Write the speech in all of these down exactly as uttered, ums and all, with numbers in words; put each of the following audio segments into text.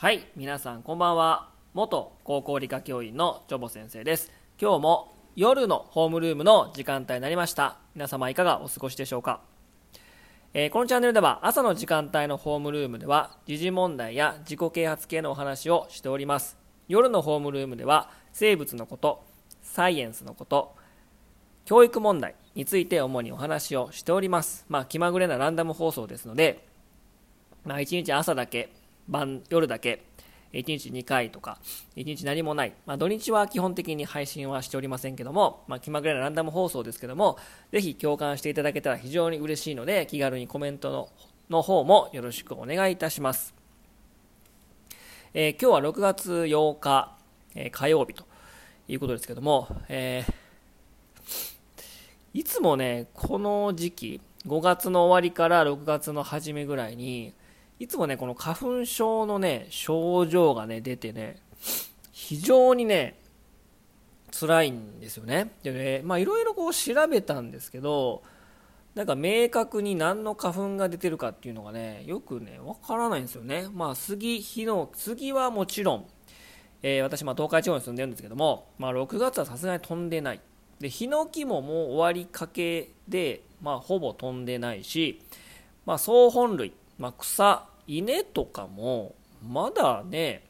はい、皆さんこんばんは。元高校理科教員のジョボ先生です。今日も夜のホームルームの時間帯になりました。皆様いかがお過ごしでしょうか。えー、このチャンネルでは朝の時間帯のホームルームでは時事問題や自己啓発系のお話をしております。夜のホームルームでは生物のこと、サイエンスのこと、教育問題について主にお話をしております。まあ気まぐれなランダム放送ですので、まあいちにち朝だけ、晩夜だけ、いちにちにかいとかいちにち何もない、まあ、土日は基本的に配信はしておりませんけども、まあ、気まぐれなランダム放送ですけども、ぜひ共感していただけたら非常に嬉しいので、気軽にコメントのの方もよろしくお願いいたします。えー、今日はろくがつようか、えー、火曜日ということですけども、えー、いつもねこの時期ごがつの終わりからろくがつの初めぐらいにいつもねこの花粉症のね症状がね出てね非常にね辛いんですよね。でねまあいろいろこう調べたんですけど、なんか明確に何の花粉が出てるかっていうのがねよくねわからないんですよね。まあ杉ヒノ杉はもちろん、えー、私まあ東海地方に住んでるんですけども、まあろくがつはさすがに飛んでないで、ヒノキももう終わりかけでまあほぼ飛んでないし、まあ草本類、まあ、草、稲とかもまだね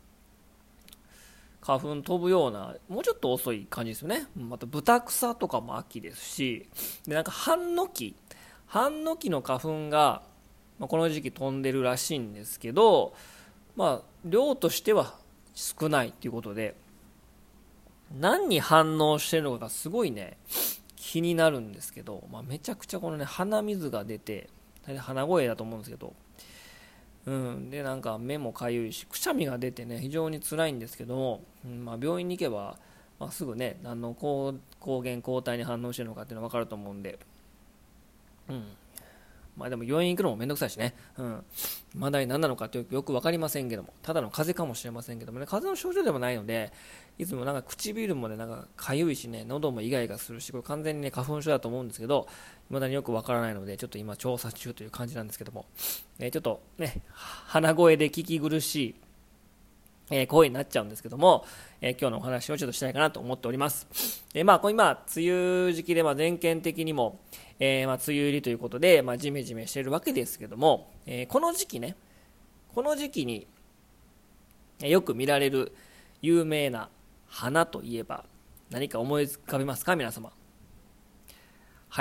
花粉飛ぶようなもうちょっと遅い感じですよね。またブタクサとかも秋ですし、でなんかハンノキハンノキの花粉が、まあ、この時期飛んでるらしいんですけど、まあ量としては少ないっていうことで、何に反応してるのかがすごいね気になるんですけど、まあ、めちゃくちゃこのね鼻水が出て、鼻声だと思うんですけど、うん、でなんか目もかゆいしくしゃみが出てね非常に辛いんですけども、うんまあ、病院に行けば、まあ、すぐね何の抗抗原抗体に反応してるのかっていうのが分かると思うんで、うんまあ、でも病院行くのもめんどくさいしね、うん、まだに何なのかってよく分かりませんけども、ただの風邪かもしれませんけどもね、風邪の症状でもないので、いつもなんか唇もねなんかかゆいしね、喉もイガイガするし、これ完全にね花粉症だと思うんですけど、未だによく分からないのでちょっと今調査中という感じなんですけども、えー、ちょっとね鼻声で聞き苦しいえー、声になっちゃうんですけども、えー、今日のお話をちょっとしたいかなと思っております。えー、まあこれ今梅雨時期で、まあ全県的にも、えー、まあ梅雨入りということで、まあジメジメしているわけですけども、えー、この時期ねこの時期によく見られる有名な花といえば何か思い浮かべますか皆様。はい、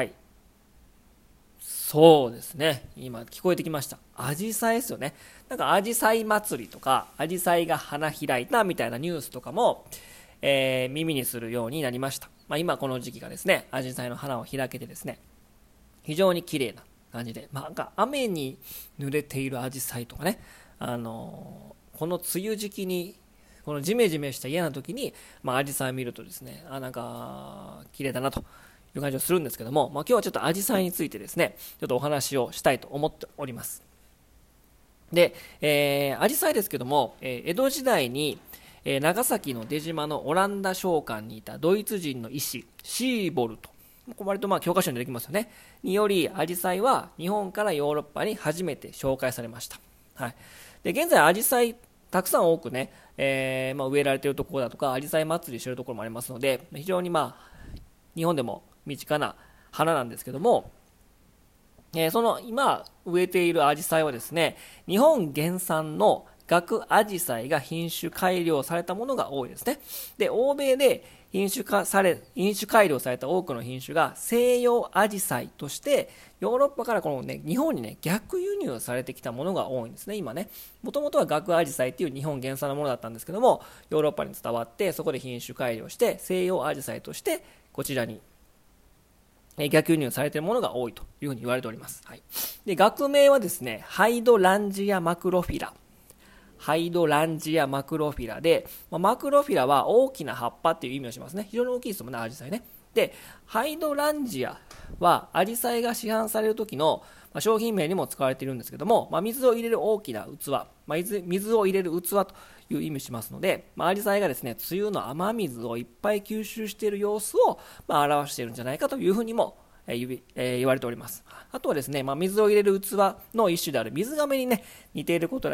そうですね、今聞こえてきました。アジサイですよね。なんかアジサイ祭りとかアジサイが花開いたみたいなニュースとかも、えー、耳にするようになりました。まあ、今この時期がですねアジサイの花を開けてですね非常に綺麗な感じで、まあ、なんか雨に濡れているアジサイとかね、あのー、この梅雨時期にこのジメジメした嫌な時に、まあ、アジサイを見るとですね、あなんか綺麗だなという感じをするんですけども、まあ、今日はちょっとアジサイについてですねちょっとお話をしたいと思っております。で、えー、アジサイですけども、えー、江戸時代に、えー、長崎の出島のオランダ商館にいたドイツ人の医師シーボルト、割とまあ教科書に出てきますよね、によりアジサイは日本からヨーロッパに初めて紹介されました。はい、で現在アジサイたくさん多くね、えーまあ、植えられているところだとかアジサイ祭りしているところもありますので、非常にまあ日本でも身近な花なんですけども、えー、その今植えているアジサイはですね日本原産の学アジサイが品種改良されたものが多いですね。で欧米で品種化され品種改良された多くの品種が西洋アジサイとしてヨーロッパからこの、ね、日本に、ね、逆輸入されてきたものが多いんですね。今ねもともとは学アジサイっていう日本原産のものだったんですけども、ヨーロッパに伝わってそこで品種改良して西洋アジサイとしてこちらに逆輸入されているものが多いというふうに言われております。はい、で学名はですねハイドランジアマクロフィラハイドランジアマクロフィラで、まあ、マクロフィラは大きな葉っぱっていう意味をしますね。非常に大きいですもんね、アジサイね。でハイドランジアはアジサイが市販される時の、まあ、商品名にも使われているんですけども、まあ、水を入れる大きな器、まあ、水, 水を入れる器という意味しますので、まあ、アジサイがですね梅雨の雨水をいっぱい吸収している様子を、まあ、表しているんじゃないかというふうにもえー言, えー、言われております。あとはですね、まあ、水を入れる器の一種である水亀にね似ていること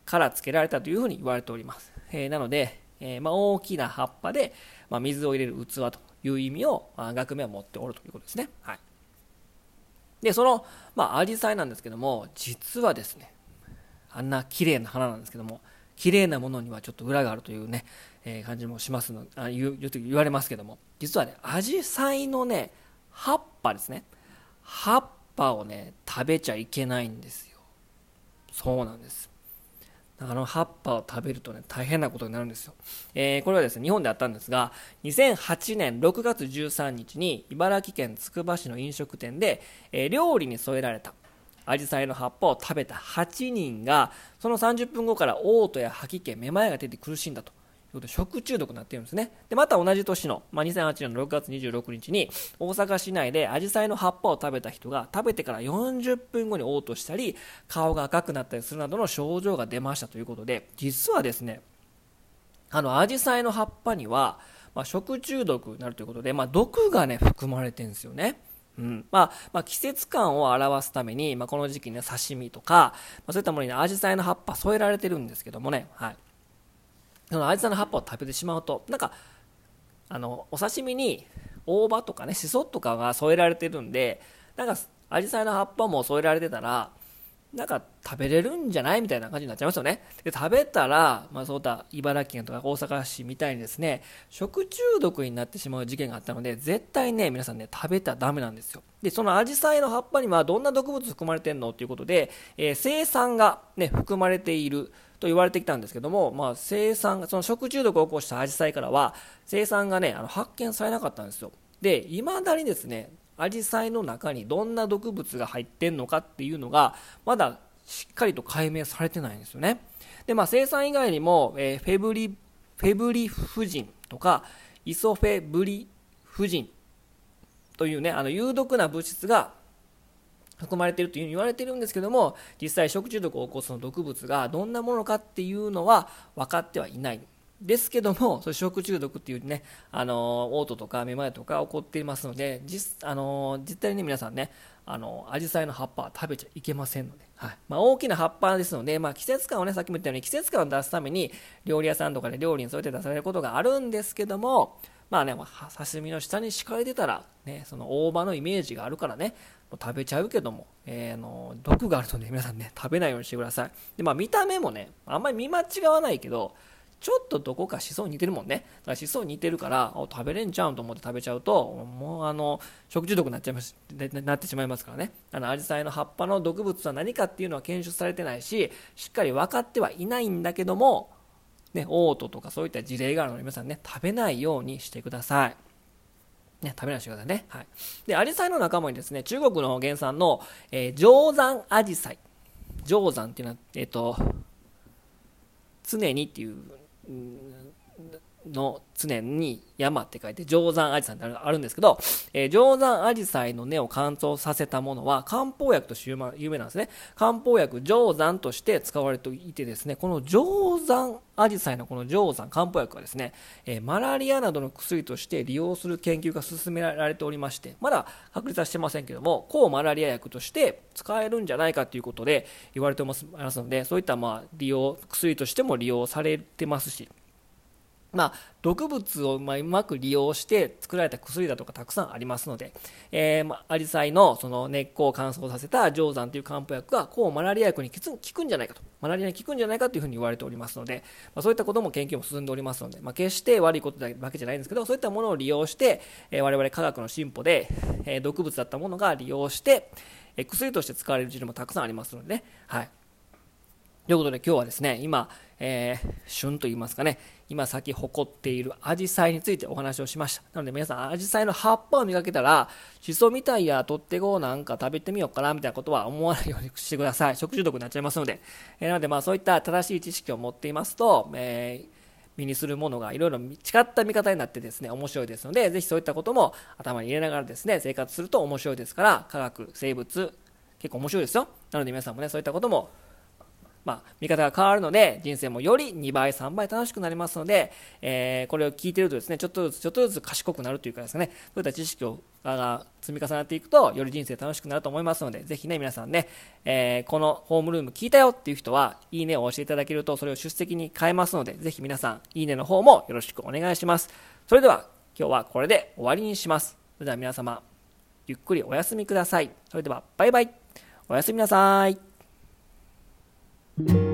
から付けられたというふうに言われております。えー、なので、えーまあ、大きな葉っぱで、まあ、水を入れる器という意味を、まあ、学名は持っておるということですね。はい。で、その、まあ、アジサイなんですけども、実はですね、あんな綺麗な花なんですけども、綺麗なものにはちょっと裏があるというね、えー、感じもしますのあ言う言われますけども、実はね、アジサイのね、葉っぱですね、葉っぱをね、食べちゃいけないんですよ。そうなんです。あの葉っぱを食べるとね、大変なことになるんですよ。えー、これはですね、日本であったんですが、にせんはちねんろくがつじゅうさんにちに茨城県つくば市の飲食店で、えー、料理に添えられたアジサイの葉っぱを食べたはちにんが、そのさんじゅっぷんごから嘔吐や吐き気、めまいが出て苦しんだということで、食中毒になっているんですね。で、また同じ年の、まあ、にせんはちねんのろくがつにじゅうろくにちに大阪市内でアジサイの葉っぱを食べた人が食べてからよんじゅっぷんごに嘔吐したり、顔が赤くなったりするなどの症状が出ましたということで、実はですね、あのアジサイの葉っぱには、まあ、食中毒になるということで、まあ、毒がね含まれてるんですよね。うんまあまあ、季節感を表すために、まあ、この時期ね刺身とか、まあ、そういったものにアジサイの葉っぱ添えられてるんですけどもね、はい、そのアジサイの葉っぱを食べてしまうと、なんかあのお刺身に大葉とかねしそとかが添えられてるんで、なんかアジサイの葉っぱも添えられてたらなんか食べれるんじゃないみたいな感じになっちゃいますよね。で食べたら、まあ、そうだ茨城県とか大阪市みたいにですね、食中毒になってしまう事件があったので、絶対ね皆さんね食べたらダメなんですよ。でそのアジサイの葉っぱにはどんな毒物含まれてんのということで、えー、青酸がね含まれていると言われてきたんですけども、まあ、青酸その食中毒を起こしたアジサイからは青酸がねあの発見されなかったんですよ。で未だにですねアジサイの中にどんな毒物が入ってんのかっていうのがまだしっかりと解明されてないんですよね。で、まあ、青酸以外にも、えー、フェブリフェブリフジンとかイソフェブリフジンというねあの有毒な物質が含まれているというふうに言われているんですけども、実際食中毒を起こすの毒物がどんなものかっていうのは分かってはいないですけども、それ食中毒っていうね、あの嘔吐とかめまいとか起こっていますので、実あの実際に、ね、皆さんね、あのアジサイの葉っぱは食べちゃいけませんので、はいまあ、大きな葉っぱですので、まあ、季節感をねさっきも言ったように季節感を出すために料理屋さんとかで料理に添えて出されることがあるんですけども、まあね、刺身の下に敷かれてたら、ね、その大葉のイメージがあるからね食べちゃうけども、えー、の毒があるので皆さんね食べないようにしてください。で、まあ、見た目もねあんまり見間違わないけど、ちょっとどこかしそに似てるもんね。だからしそに似てるから食べれんちゃうんと思って食べちゃうと、もうあの食中毒になっちゃいますなってしまいますからね。あのアジサイの葉っぱの毒物は何かっていうのは検出されてないし、しっかり分かってはいないんだけども、ね、嘔吐とかそういった事例があるので皆さんね食べないようにしてください。ね、食べないようにしてくださいね。はい。で、アジサイの仲間にですね、中国の原産の、えー、定山アジサイ。定山っていうのは、えっ、ー、と、常にっていう、の常に山って書いて定山アジサイってあるんですけど、えー、定山アジサイの根を乾燥させたものは漢方薬として有名なんですね。漢方薬定山として使われていてですね、この定山アジサイのこの定山漢方薬はですね、えー、マラリアなどの薬として利用する研究が進められておりまして、まだ確立はしてませんけども、抗マラリア薬として使えるんじゃないかということで言われてますので、そういったまあ利用薬としても利用されてますし、まあ、毒物をうまく利用して作られた薬だとかたくさんありますので、えー、まあ、アジサイのその根っこを乾燥させた定山という漢方薬が抗マラリア薬に効くんじゃないかと、マラリアに効くんじゃないかというふうに言われておりますので、まあ、そういったことも研究も進んでおりますので、まあ、決して悪いことだけじゃないんですけど、そういったものを利用して、えー、我々科学の進歩で、えー、毒物だったものが利用して、えー、薬として使われる事例もたくさんありますのでね。はい。ということで今日はですね、今、えー、旬といいますかね、今咲き誇っているアジサイについてお話をしました。なので皆さん、アジサイの葉っぱを見かけたら、シソみたいや取ってこうなんか食べてみようかなみたいなことは思わないようにしてください。食中毒になっちゃいますので。えー、なのでまあそういった正しい知識を持っていますと、えー、身にするものがいろいろ違った見方になってですね、面白いですので、ぜひそういったことも頭に入れながらですね、生活すると面白いですから、科学、生物、結構面白いですよ。なので皆さんもね、そういったこともまあ、見方が変わるので人生もよりにばいさんばい楽しくなりますので、えー、これを聞いているとですねちょっとずつちょっとずつ賢くなるというかですね、そういった知識をが積み重なっていくとより人生楽しくなると思いますので、ぜひね皆さんね、えー、このホームルーム聞いたよっていう人はいいねを押していただけるとそれを出席に変えますので、ぜひ皆さんいいねの方もよろしくお願いします。それでは今日はこれで終わりにします。それでは皆様ゆっくりお休みください。それではバイバイ、おやすみなさい。